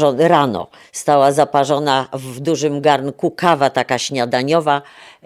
S3: zaparzona w dużym garnku kawa taka śniadaniowa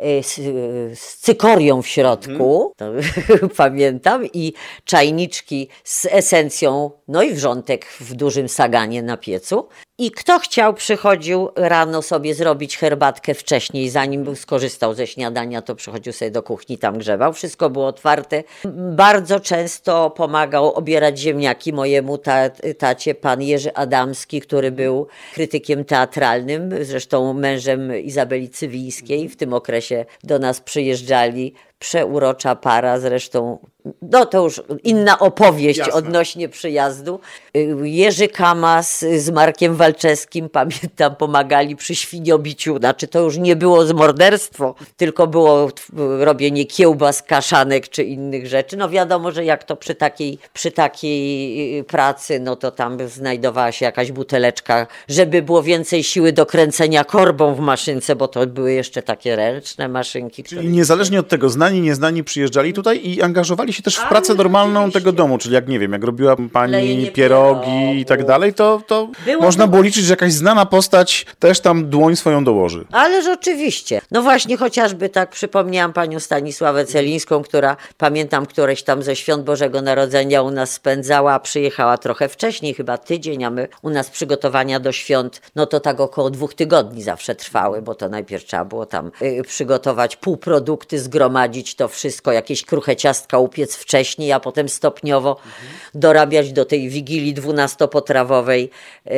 S3: z cykorią w środku, to pamiętam, i czajniczki z esencją, no i wrzątek w dużym saganie na piecu. I kto chciał, przychodził rano sobie zrobić herbatkę wcześniej, zanim skorzystał ze śniadania, to przychodził sobie do kuchni, tam grzewał. Wszystko było otwarte. Bardzo często pomagał obierać ziemniaki mojemu tacie pan Jerzy Adamski, który był krytykiem teatralnym, zresztą mężem Izabeli Cywińskiej. W tym okresie do nas przyjeżdżali Przeurocza para, zresztą no to już inna opowieść
S2: Jasne.
S3: odnośnie przyjazdu. Jerzy Kamas z Markiem Walczewskim, pamiętam, pomagali przy świniobiciu. Znaczy to już nie było morderstwo, tylko było robienie kiełbas, kaszanek czy innych rzeczy. No wiadomo, że jak to przy takiej pracy, no to tam znajdowała się jakaś buteleczka, żeby było więcej siły do kręcenia korbą w maszynce, bo to były jeszcze takie ręczne maszynki.
S2: Czyli niezależnie od tego, znani, nieznani przyjeżdżali tutaj i angażowali się też w pracę
S3: Ale
S2: normalną
S3: oczywiście.
S2: tego domu, czyli jak nie wiem, jak robiła pani
S3: Lejenie
S2: pierogi i tak
S3: pierogów.
S2: dalej, to
S3: Było
S2: można
S3: to-
S2: było liczyć, że jakaś znana postać też tam dłoń swoją dołoży.
S3: Ależ oczywiście. No właśnie, chociażby tak przypomniałam panią Stanisławę Celińską, która pamiętam któreś tam ze świąt Bożego Narodzenia u nas spędzała, a przyjechała trochę wcześniej, chyba tydzień, a my u nas przygotowania do świąt, no to tak około 2 tygodni zawsze trwały, bo to najpierw trzeba było tam przygotować półprodukty, zgromadzić to wszystko, jakieś kruche ciastka upiec wcześniej, a potem stopniowo dorabiać do tej wigilii 12-potrawowej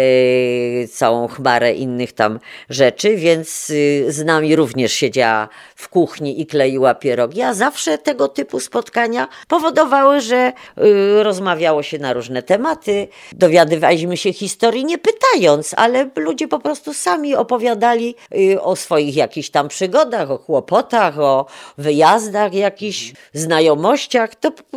S3: całą chmarę innych tam rzeczy, więc z nami również siedziała w kuchni i kleiła pierogi, a zawsze tego typu spotkania powodowały, że rozmawiało się na różne tematy, dowiadywaliśmy się historii nie pytając, ale ludzie po prostu sami opowiadali o swoich jakichś tam przygodach, o kłopotach, o wyjazdach jakichś, znajomościach.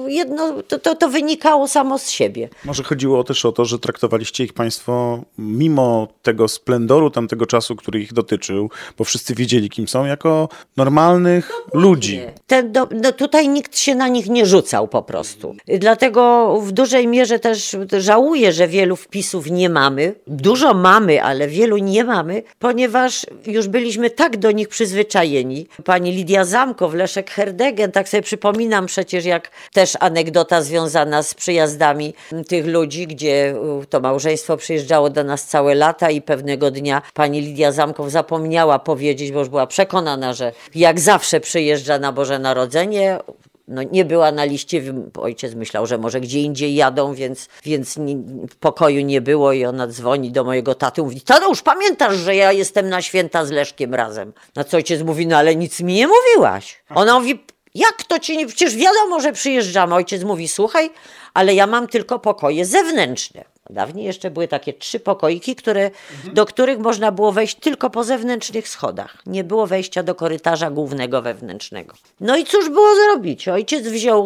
S3: To wynikało samo z siebie.
S2: Może chodziło też o to, że traktowaliście ich państwo mimo tego splendoru tamtego czasu, który ich dotyczył, bo wszyscy wiedzieli, kim są, jako normalnych ludzi.
S3: No tutaj nikt się na nich nie rzucał po prostu. Dlatego w dużej mierze też żałuję, że wielu wpisów nie mamy. Dużo mamy, ale wielu nie mamy, ponieważ już byliśmy tak do nich przyzwyczajeni. Pani Lidia Zamkow, Leszek Herdegen, tak sobie przypominam przecież, jak też anegdota związana z przyjazdami tych ludzi, gdzie to małżeństwo przyjeżdżało do nas całe lata i pewnego dnia pani Lidia Zamkow zapomniała powiedzieć, bo już była przekonana, że jak zawsze przyjeżdża na Boże Narodzenie. No, nie była na liście, ojciec myślał, że może gdzie indziej jadą, więc pokoju nie było i ona dzwoni do mojego taty, mówi: Tadeusz, pamiętasz, że ja jestem na święta z Leszkiem razem? Na co ojciec mówi: no ale nic mi nie mówiłaś. Ona mówi: jak to ci nie, przecież wiadomo, że przyjeżdżamy. Ojciec mówi: słuchaj, ale ja mam tylko pokoje zewnętrzne. Dawniej jeszcze były takie 3 pokoiki, do których można było wejść tylko po zewnętrznych schodach. Nie było wejścia do korytarza głównego wewnętrznego. No i cóż było zrobić? Ojciec wziął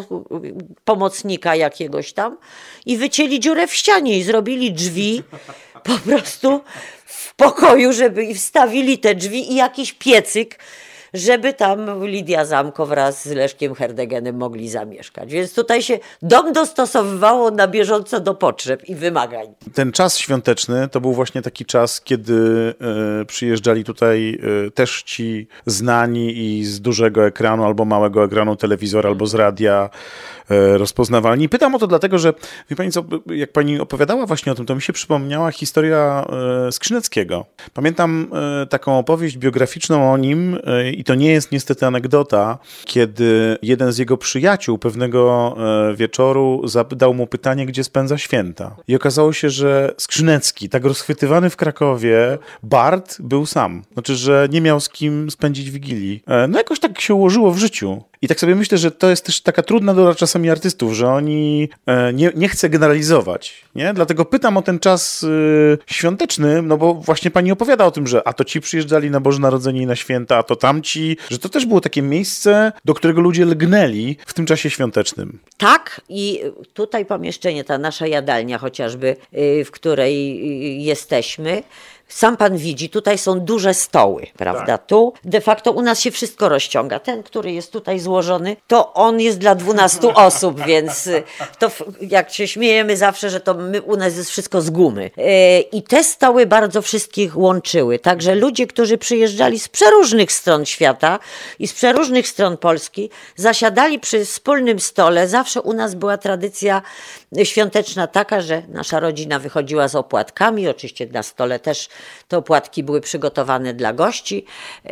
S3: pomocnika jakiegoś tam i wycięli dziurę w ścianie i zrobili drzwi po prostu w pokoju, i wstawili te drzwi i jakiś piecyk, żeby tam Lidia Zamkow wraz z Leszkiem Herdegenem mogli zamieszkać. Więc tutaj się dom dostosowywało na bieżąco do potrzeb i wymagań.
S2: Ten czas świąteczny to był właśnie taki czas, kiedy przyjeżdżali tutaj też ci znani i z dużego ekranu albo małego ekranu telewizora albo z radia rozpoznawalni. Pytam o to dlatego, że wie pani co, jak pani opowiadała właśnie o tym, to mi się przypomniała historia Skrzyneckiego. Pamiętam taką opowieść biograficzną o nim i to nie jest niestety anegdota, kiedy jeden z jego przyjaciół pewnego wieczoru zadał mu pytanie, gdzie spędza święta. I okazało się, że Skrzynecki, tak rozchwytywany w Krakowie, Bart był sam. Znaczy, że nie miał z kim spędzić Wigilii. No jakoś tak się ułożyło w życiu. I tak sobie myślę, że to jest też taka trudna dola czasami artystów, że oni nie chcą generalizować, nie? Dlatego pytam o ten czas świąteczny, no bo właśnie pani opowiada o tym, że a to ci przyjeżdżali na Boże Narodzenie i na święta, a to tamci, że to też było takie miejsce, do którego ludzie lgnęli w tym czasie świątecznym.
S3: Tak, i tutaj pomieszczenie, ta nasza jadalnia chociażby, w której jesteśmy, sam pan widzi, tutaj są duże stoły, prawda? Tak. Tu de facto u nas się wszystko rozciąga. Ten, który jest tutaj złożony, to on jest dla 12 osób, więc to jak się śmiejemy zawsze, że to u nas jest wszystko z gumy. I te stoły bardzo wszystkich łączyły. Także ludzie, którzy przyjeżdżali z przeróżnych stron świata i z przeróżnych stron Polski, zasiadali przy wspólnym stole. Zawsze u nas była tradycja świąteczna taka, że nasza rodzina wychodziła z opłatkami, oczywiście na stole też te opłatki były przygotowane dla gości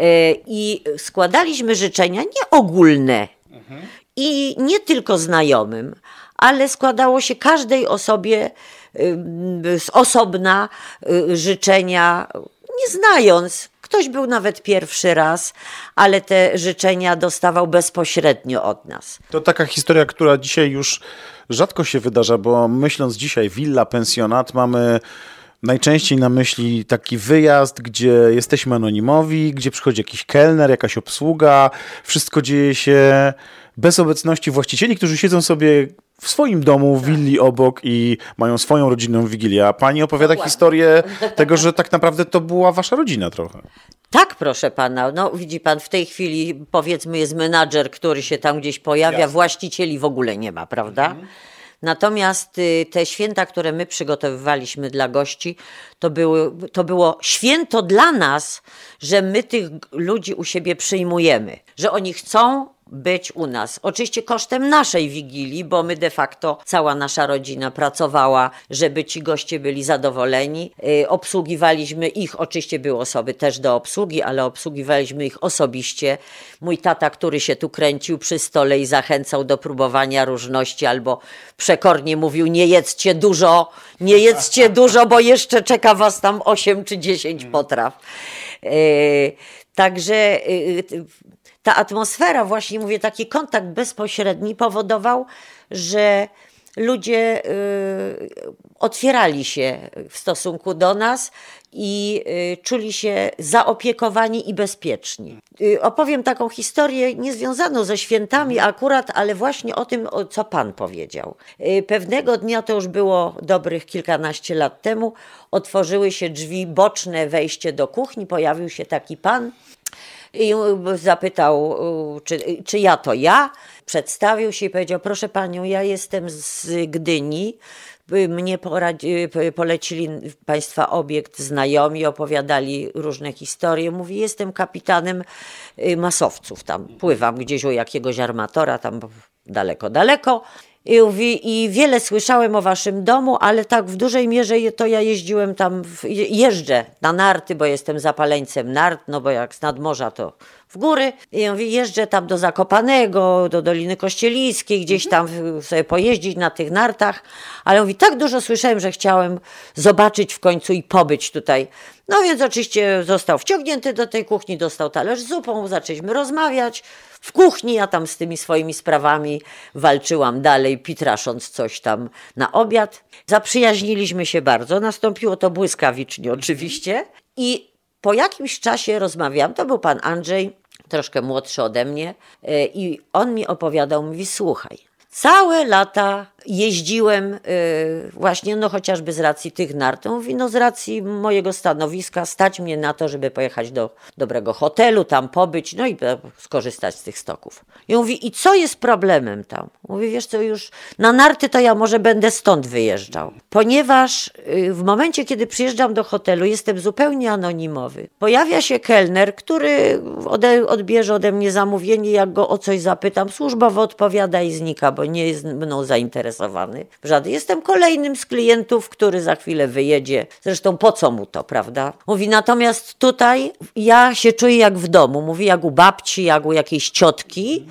S3: i składaliśmy życzenia nie ogólne i nie tylko znajomym, ale składało się każdej osobie z osobna życzenia, nie znając, ktoś był nawet pierwszy raz, ale te życzenia dostawał bezpośrednio od nas.
S2: To taka historia, która dzisiaj już rzadko się wydarza, bo myśląc dzisiaj willa, pensjonat, mamy najczęściej na myśli taki wyjazd, gdzie jesteśmy anonimowi, gdzie przychodzi jakiś kelner, jakaś obsługa, wszystko dzieje się bez obecności właścicieli, którzy siedzą sobie w swoim domu, w willi obok i mają swoją rodzinną wigilię. A pani opowiada historię tego, że tak naprawdę to była wasza rodzina trochę.
S3: Tak, proszę pana. No widzi pan, w tej chwili powiedzmy jest menadżer, który się tam gdzieś pojawia,
S2: Jasne.
S3: Właścicieli w ogóle nie ma, prawda? Natomiast te święta, które my przygotowywaliśmy dla gości, to było święto dla nas, że my tych ludzi u siebie przyjmujemy, że oni chcą być u nas. Oczywiście kosztem naszej wigilii, bo my de facto, cała nasza rodzina pracowała, żeby ci goście byli zadowoleni. Obsługiwaliśmy ich, oczywiście były osoby też do obsługi, ale obsługiwaliśmy ich osobiście. Mój tata, który się tu kręcił przy stole i zachęcał do próbowania różności, albo przekornie mówił: nie jedzcie dużo, bo jeszcze czeka was tam 8 czy 10 potraw. Także ta atmosfera, właśnie mówię, taki kontakt bezpośredni powodował, że ludzie otwierali się w stosunku do nas i czuli się zaopiekowani i bezpieczni. Opowiem taką historię niezwiązaną ze świętami akurat, ale właśnie o tym, co pan powiedział. Pewnego dnia, to już było dobrych kilkanaście lat temu, otworzyły się drzwi, boczne wejście do kuchni, pojawił się taki pan i zapytał, czy ja to ja. Przedstawił się i powiedział: proszę panią, ja jestem z Gdyni. Mnie polecili państwa obiekt znajomi, opowiadali różne historie. Mówi: jestem kapitanem masowców, tam pływam gdzieś u jakiegoś armatora, tam daleko. I mówi: i wiele słyszałem o waszym domu, ale tak w dużej mierze to ja jeździłem tam, jeżdżę na narty, bo jestem zapaleńcem nart, no bo jak z nadmorza to w góry. I mówi: jeżdżę tam do Zakopanego, do Doliny Kościeliskiej, gdzieś tam sobie pojeździć na tych nartach, ale mówi: tak dużo słyszałem, że chciałem zobaczyć w końcu i pobyć tutaj. No więc oczywiście został wciągnięty do tej kuchni, dostał talerz z zupą, zaczęliśmy rozmawiać. W kuchni ja tam z tymi swoimi sprawami walczyłam dalej, pitrasząc coś tam na obiad. Zaprzyjaźniliśmy się bardzo, nastąpiło to błyskawicznie oczywiście i po jakimś czasie rozmawiałam, to był pan Andrzej, troszkę młodszy ode mnie, i on mi opowiadał, mówi: słuchaj, całe lata jeździłem właśnie, no chociażby z racji tych nart. Mówi: no z racji mojego stanowiska stać mnie na to, żeby pojechać do dobrego hotelu, tam pobyć, no i skorzystać z tych stoków. I mówi: i co jest problemem tam? Mówi: wiesz co, już na narty to ja może będę stąd wyjeżdżał. Ponieważ w momencie, kiedy przyjeżdżam do hotelu, jestem zupełnie anonimowy. Pojawia się kelner, który odbierze ode mnie zamówienie, jak go o coś zapytam, służbowo odpowiada i znika, bo nie jest mną zainteresowany. Jestem kolejnym z klientów, który za chwilę wyjedzie. Zresztą po co mu to, prawda? Mówi: natomiast tutaj ja się czuję jak w domu. Mówi: jak u babci, jak u jakiejś ciotki.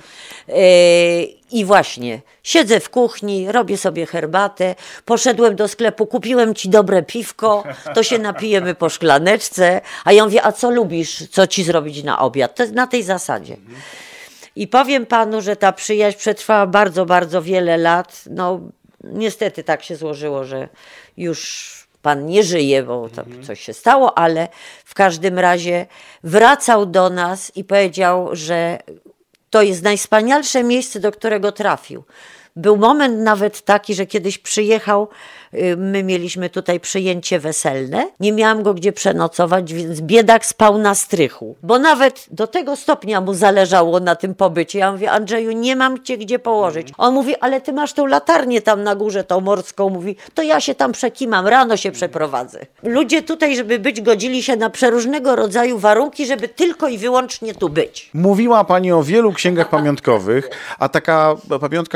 S3: I właśnie siedzę w kuchni, robię sobie herbatę, poszedłem do sklepu, kupiłem ci dobre piwko, to się napijemy po szklaneczce. A ja mówię: a co lubisz, co ci zrobić na obiad? To jest na tej zasadzie. I powiem panu, że ta przyjaźń przetrwała bardzo, bardzo wiele lat. No niestety tak się złożyło, że już pan nie żyje, bo to coś się stało, ale w każdym razie wracał do nas i powiedział, że to jest najwspanialsze miejsce, do którego trafił. Był moment nawet taki, że kiedyś przyjechał, my mieliśmy tutaj przyjęcie weselne, nie miałam go gdzie przenocować, więc biedak spał na strychu, bo nawet do tego stopnia mu zależało na tym pobycie. Ja mówię: Andrzeju, nie mam cię gdzie położyć. On mówi: ale ty masz tą latarnię tam na górze, tą morską. Mówi: to ja się tam przekimam, rano się przeprowadzę. Ludzie tutaj, żeby być, godzili się na przeróżnego rodzaju warunki, żeby tylko i wyłącznie tu być.
S2: Mówiła pani o wielu księgach pamiątkowych, a taka pamiątka, która dla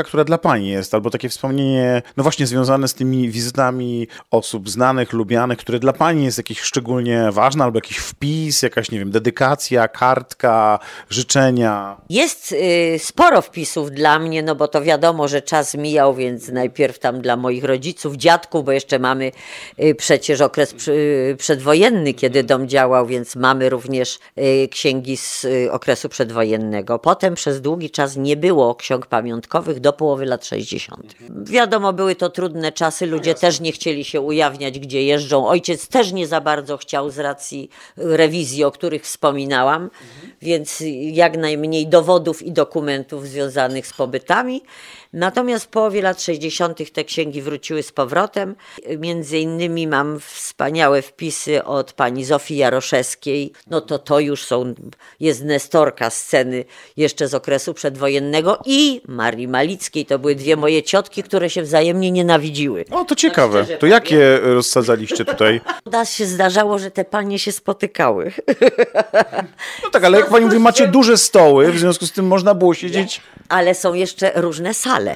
S2: pani jest, albo takie wspomnienie, no właśnie związane z tymi wizytami osób znanych, lubianych, które dla pani jest jakieś szczególnie ważne, albo jakiś wpis, jakaś, nie wiem, dedykacja, kartka, życzenia.
S3: Jest sporo wpisów dla mnie, no bo to wiadomo, że czas mijał, więc najpierw tam dla moich rodziców, dziadków, bo jeszcze mamy przecież okres przedwojenny, kiedy dom działał, więc mamy również księgi z okresu przedwojennego. Potem przez długi czas nie było ksiąg pamiątkowych do połowy lat 60. Wiadomo, były to trudne czasy, ludzie też nie chcieli się ujawniać, gdzie jeżdżą. Ojciec też nie za bardzo chciał z racji rewizji, o których wspominałam, więc jak najmniej dowodów i dokumentów związanych z pobytami. Natomiast w połowie lat 60. te księgi wróciły z powrotem. Między innymi mam wspaniałe wpisy od pani Zofii Jaroszewskiej. No to już jest nestorka sceny jeszcze z okresu przedwojennego i Marii Malickiej. To były dwie moje ciotki, które się wzajemnie nienawidziły.
S2: O, to ciekawe. To jakie rozsadzaliście tutaj?
S3: Raz się zdarzało, że te panie się spotykały.
S2: No tak, ale jak pani mówi, macie duże stoły, w związku z tym można było siedzieć...
S3: Ale są jeszcze różne sale.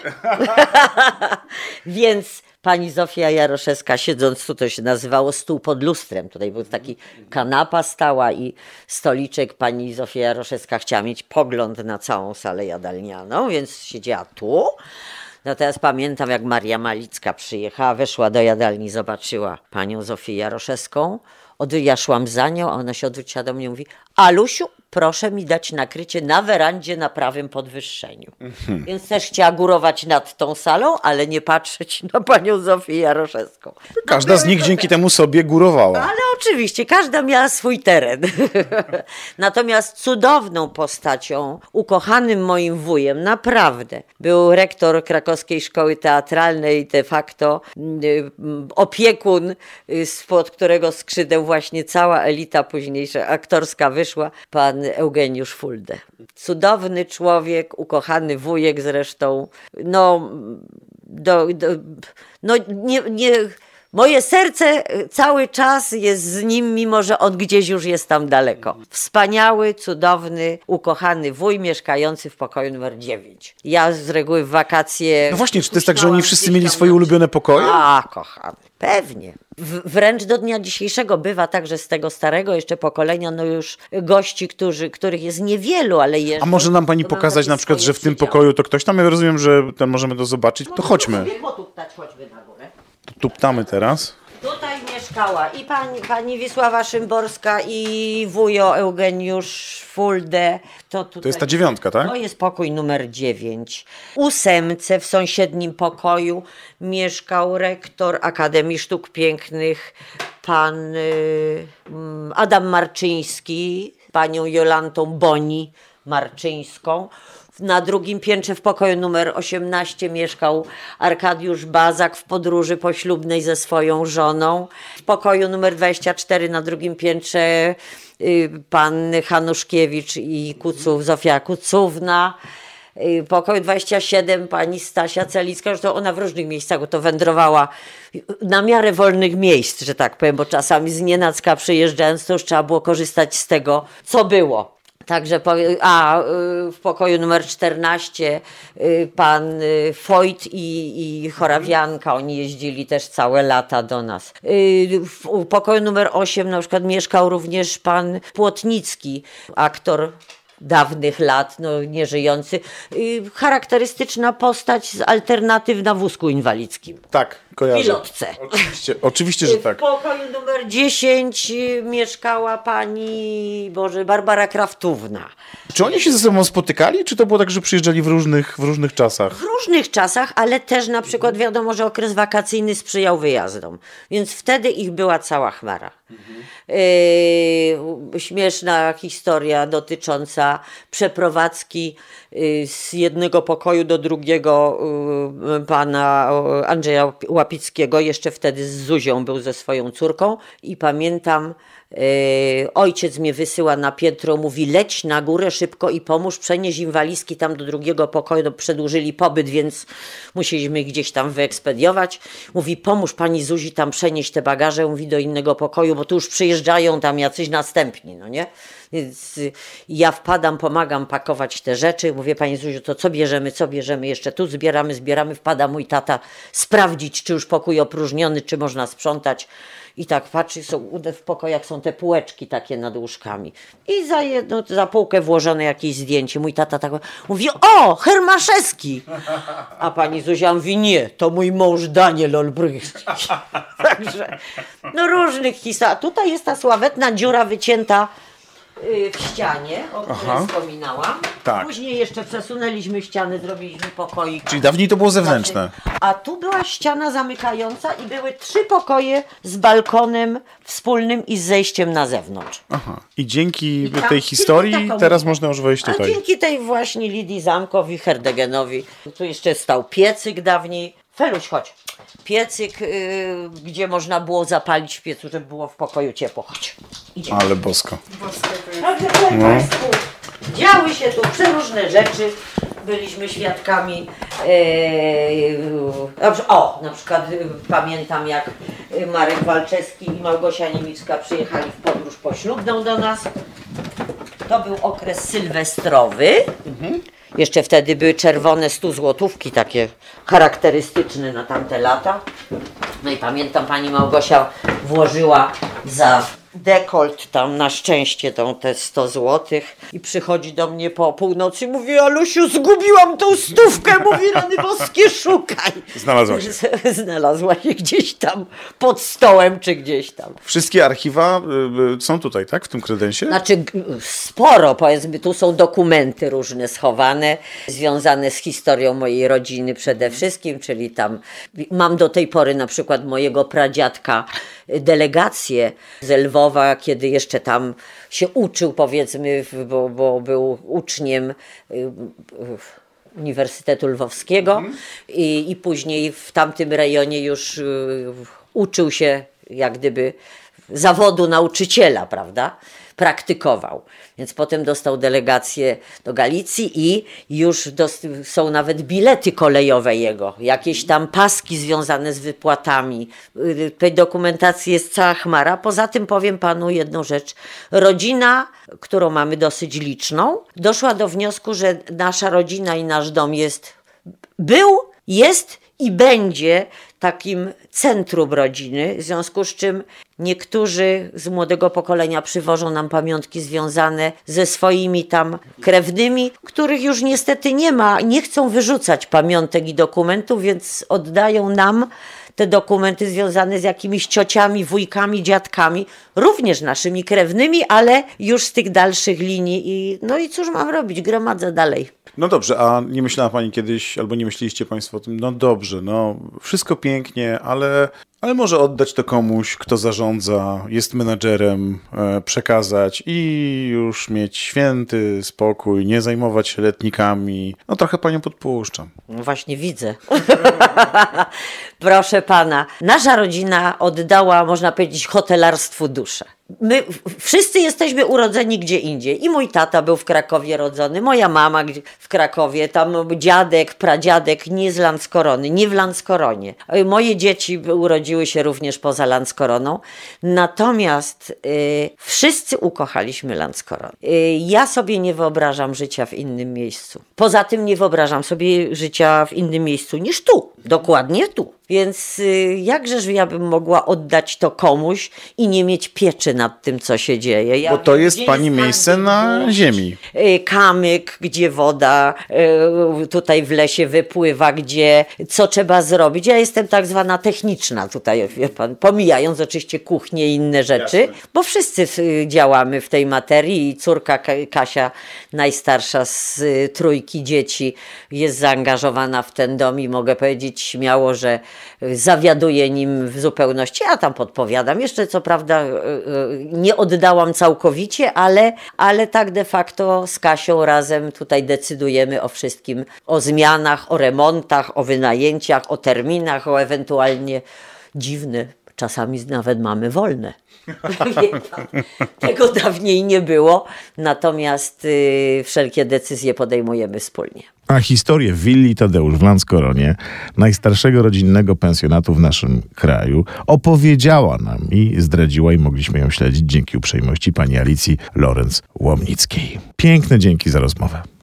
S3: Więc pani Zofia Jaroszewska, siedząc tu, to się nazywało stół pod lustrem. Tutaj był taki kanapa stała i stoliczek. Pani Zofia Jaroszewska chciała mieć pogląd na całą salę jadalnianą, więc siedziała tu. No teraz pamiętam, jak Maria Malicka przyjechała, weszła do jadalni, zobaczyła panią Zofię Jaroszewską. Ja szłam za nią, a ona się odwróciła do mnie i mówi: Alusiu, proszę mi dać nakrycie na werandzie na prawym podwyższeniu. Więc też chciała górować nad tą salą, ale nie patrzeć na panią Zofię Jaroszewską.
S2: Każda z nich dzięki temu sobie górowała.
S3: Ale oczywiście, każda miała swój teren. Natomiast cudowną postacią, ukochanym moim wujem, naprawdę, był rektor Krakowskiej Szkoły Teatralnej, de facto opiekun, spod którego skrzydeł właśnie cała elita późniejsza aktorska wyszła, pan Eugeniusz Fulde. Cudowny człowiek, ukochany wujek zresztą. Moje serce cały czas jest z nim, mimo że on gdzieś już jest tam daleko. Wspaniały, cudowny, ukochany wuj mieszkający w pokoju numer 9. Ja z reguły w wakacje...
S2: No właśnie, czy to jest tak, że oni wszyscy mieli swoje ulubione pokoje?
S3: A, kochany, pewnie. Wręcz do dnia dzisiejszego bywa tak, że z tego starego jeszcze pokolenia, no już gości, których jest niewielu, ale jeżdżą.
S2: A może nam pani pokazać na przykład, że w tym pokoju to ktoś tam? Ja rozumiem, że możemy to zobaczyć. To chodźmy.
S3: Sobie potuptać choćby na górę.
S2: To tuptamy teraz.
S3: Tutaj mieszkała i pani Wisława Szymborska i wujo Eugeniusz Fulde. To
S2: jest ta 9, tak?
S3: To jest pokój numer 9. W 8 w sąsiednim pokoju mieszkał rektor Akademii Sztuk Pięknych, pan Adam Marczyński, panią Jolantą Boni Marczyńską. Na drugim piętrze w pokoju numer 18 mieszkał Arkadiusz Bazak w podróży poślubnej ze swoją żoną. W pokoju numer 24 na drugim piętrze pan Hanuszkiewicz i Zofia Kucówna. W pokoju 27 pani Stasia Celicka, zresztą ona w różnych miejscach, bo to wędrowała na miarę wolnych miejsc, że tak powiem, bo czasami z nienacka przyjeżdżając, to już trzeba było korzystać z tego, co było. Także, w pokoju numer 14 pan Foyt i Chorawianka, oni jeździli też całe lata do nas. W pokoju numer 8 na przykład mieszkał również pan Płotnicki, aktor dawnych lat, nieżyjący. Charakterystyczna postać z alternatyw na wózku inwalidzkim.
S2: Tak, kojarzę.
S3: Pilotce.
S2: Oczywiście, że tak.
S3: W pokoju numer 10 mieszkała pani Barbara Kraftówna.
S2: Czy oni się ze sobą spotykali, czy to było tak, że przyjeżdżali w różnych czasach?
S3: W różnych czasach, ale też na przykład wiadomo, że okres wakacyjny sprzyjał wyjazdom, więc wtedy ich była cała chmara. Śmieszna historia dotycząca przeprowadzki z jednego pokoju do drugiego pana Andrzeja Łapickiego, jeszcze wtedy z Zuzią był ze swoją córką i pamiętam, ojciec mnie wysyła na piętro, mówi: leć na górę szybko i pomóż przenieść im walizki tam do drugiego pokoju, przedłużyli pobyt, więc musieliśmy ich gdzieś tam wyekspediować. Mówi: pomóż pani Zuzi tam przenieść te bagaże, mówi, do innego pokoju, bo tu już przyjeżdżają tam jacyś następni, no nie? Więc ja wpadam, pomagam pakować te rzeczy. Mówię, pani Zuziu, to co bierzemy? Jeszcze tu zbieramy. Wpada mój tata sprawdzić, czy już pokój opróżniony, czy można sprzątać. I tak patrzy, w pokojach są te półeczki takie nad łóżkami. I za półkę włożone jakieś zdjęcie. Mój tata tak mówi, o, Hermaszewski. A pani Zuzia mówi, nie, to mój mąż Daniel Olbrychski. Także, no różnych historii. Tutaj jest ta sławetna dziura wycięta w ścianie, o której wspominałam.
S2: Tak.
S3: Później jeszcze przesunęliśmy ścianę, zrobiliśmy pokoik.
S2: Czyli dawniej to było zewnętrzne.
S3: A tu była ściana zamykająca i były 3 pokoje z balkonem wspólnym i z zejściem na zewnątrz.
S2: Aha. I dzięki
S3: tam
S2: tej historii
S3: taką-
S2: teraz można już wejść
S3: A
S2: tutaj.
S3: dzięki tej właśnie Lidii Zamkowi, Herdegenowi. Tu jeszcze stał piecyk dawniej. Feluś, chodź. Piecyk, gdzie można było zapalić w piecu, żeby było w pokoju ciepło. Chodź. Idziemy.
S2: Ale bosko.
S3: Także Państwu, działy się tu przeróżne rzeczy. Byliśmy świadkami. Na przykład pamiętam, jak Marek Walczewski i Małgosia Niemicka przyjechali w podróż poślubną do nas. To był okres sylwestrowy. Jeszcze wtedy były czerwone 100 złotówki, takie charakterystyczne na tamte lata. No i pamiętam, pani Małgosia włożyła za dekolt tam na szczęście te 100 złotych i przychodzi do mnie po północy i mówi, Alusiu, zgubiłam tą 100, mówi, rany boskie, szukaj.
S2: Znalazła się.
S3: Znalazła się gdzieś tam pod stołem czy gdzieś tam.
S2: Wszystkie archiwa są tutaj, tak? W tym kredensie?
S3: Znaczy sporo, powiedzmy, tu są dokumenty różne schowane, związane z historią mojej rodziny przede wszystkim, czyli tam mam do tej pory na przykład mojego pradziadka delegację z Lwowa, kiedy jeszcze tam się uczył, powiedzmy, bo był uczniem Uniwersytetu Lwowskiego i później w tamtym rejonie już uczył się jak gdyby zawodu nauczyciela, prawda? Praktykował. Więc potem dostał delegację do Galicji i już są nawet bilety kolejowe jego, jakieś tam paski związane z wypłatami. Tej dokumentacji jest cała chmara. Poza tym powiem panu jedną rzecz. Rodzina, którą mamy dosyć liczną, doszła do wniosku, że nasza rodzina i nasz dom jest i będzie takim centrum rodziny, w związku z czym niektórzy z młodego pokolenia przywożą nam pamiątki związane ze swoimi tam krewnymi, których już niestety nie ma, nie chcą wyrzucać pamiątek i dokumentów, więc oddają nam te dokumenty związane z jakimiś ciociami, wujkami, dziadkami, również naszymi krewnymi, ale już z tych dalszych linii. No i cóż mam robić? Gromadzę dalej.
S2: No dobrze, a nie myślała pani kiedyś, albo nie myśleliście państwo o tym, no dobrze, no wszystko pięknie, ale może oddać to komuś, kto zarządza, jest menadżerem, przekazać i już mieć święty spokój, nie zajmować się letnikami. No trochę panią podpuszczam.
S3: No właśnie widzę. Proszę pana, nasza rodzina oddała, można powiedzieć, hotelarstwu duszę. My wszyscy jesteśmy urodzeni gdzie indziej. I mój tata był w Krakowie rodzony, moja mama w Krakowie, tam dziadek, pradziadek, nie z Landskorony, nie w Landskoronie. Moje dzieci urodziły się również poza Landskoroną. Natomiast wszyscy ukochaliśmy Landskoronę. Ja sobie nie wyobrażam życia w innym miejscu. Poza tym nie wyobrażam sobie życia w innym miejscu niż tu. Dokładnie tu. Więc jakżeż ja bym mogła oddać to komuś i nie mieć pieczy nad tym, co się dzieje.
S2: Bo to jest pani miejsce na ziemi.
S3: Kamyk, gdzie woda tutaj w lesie wypływa, co trzeba zrobić. Ja jestem tak zwana techniczna tutaj, wie pan, pomijając oczywiście kuchnię i inne rzeczy, jasne, bo wszyscy działamy w tej materii i córka Kasia, najstarsza z trójki dzieci, jest zaangażowana w ten dom i mogę powiedzieć śmiało, że zawiaduję nim w zupełności, ja tam podpowiadam. Jeszcze co prawda nie oddałam całkowicie, ale tak de facto z Kasią razem tutaj decydujemy o wszystkim, o zmianach, o remontach, o wynajęciach, o terminach, o ewentualnie dziwne Czasami nawet mamy wolne. Wie pan, tego dawniej nie było, natomiast wszelkie decyzje podejmujemy wspólnie.
S1: A historię willi Tadeusz w Lanskoronie, najstarszego rodzinnego pensjonatu w naszym kraju, opowiedziała nam i zdradziła, i mogliśmy ją śledzić dzięki uprzejmości pani Alicji Lorenz-Łomnickiej. Piękne dzięki za rozmowę.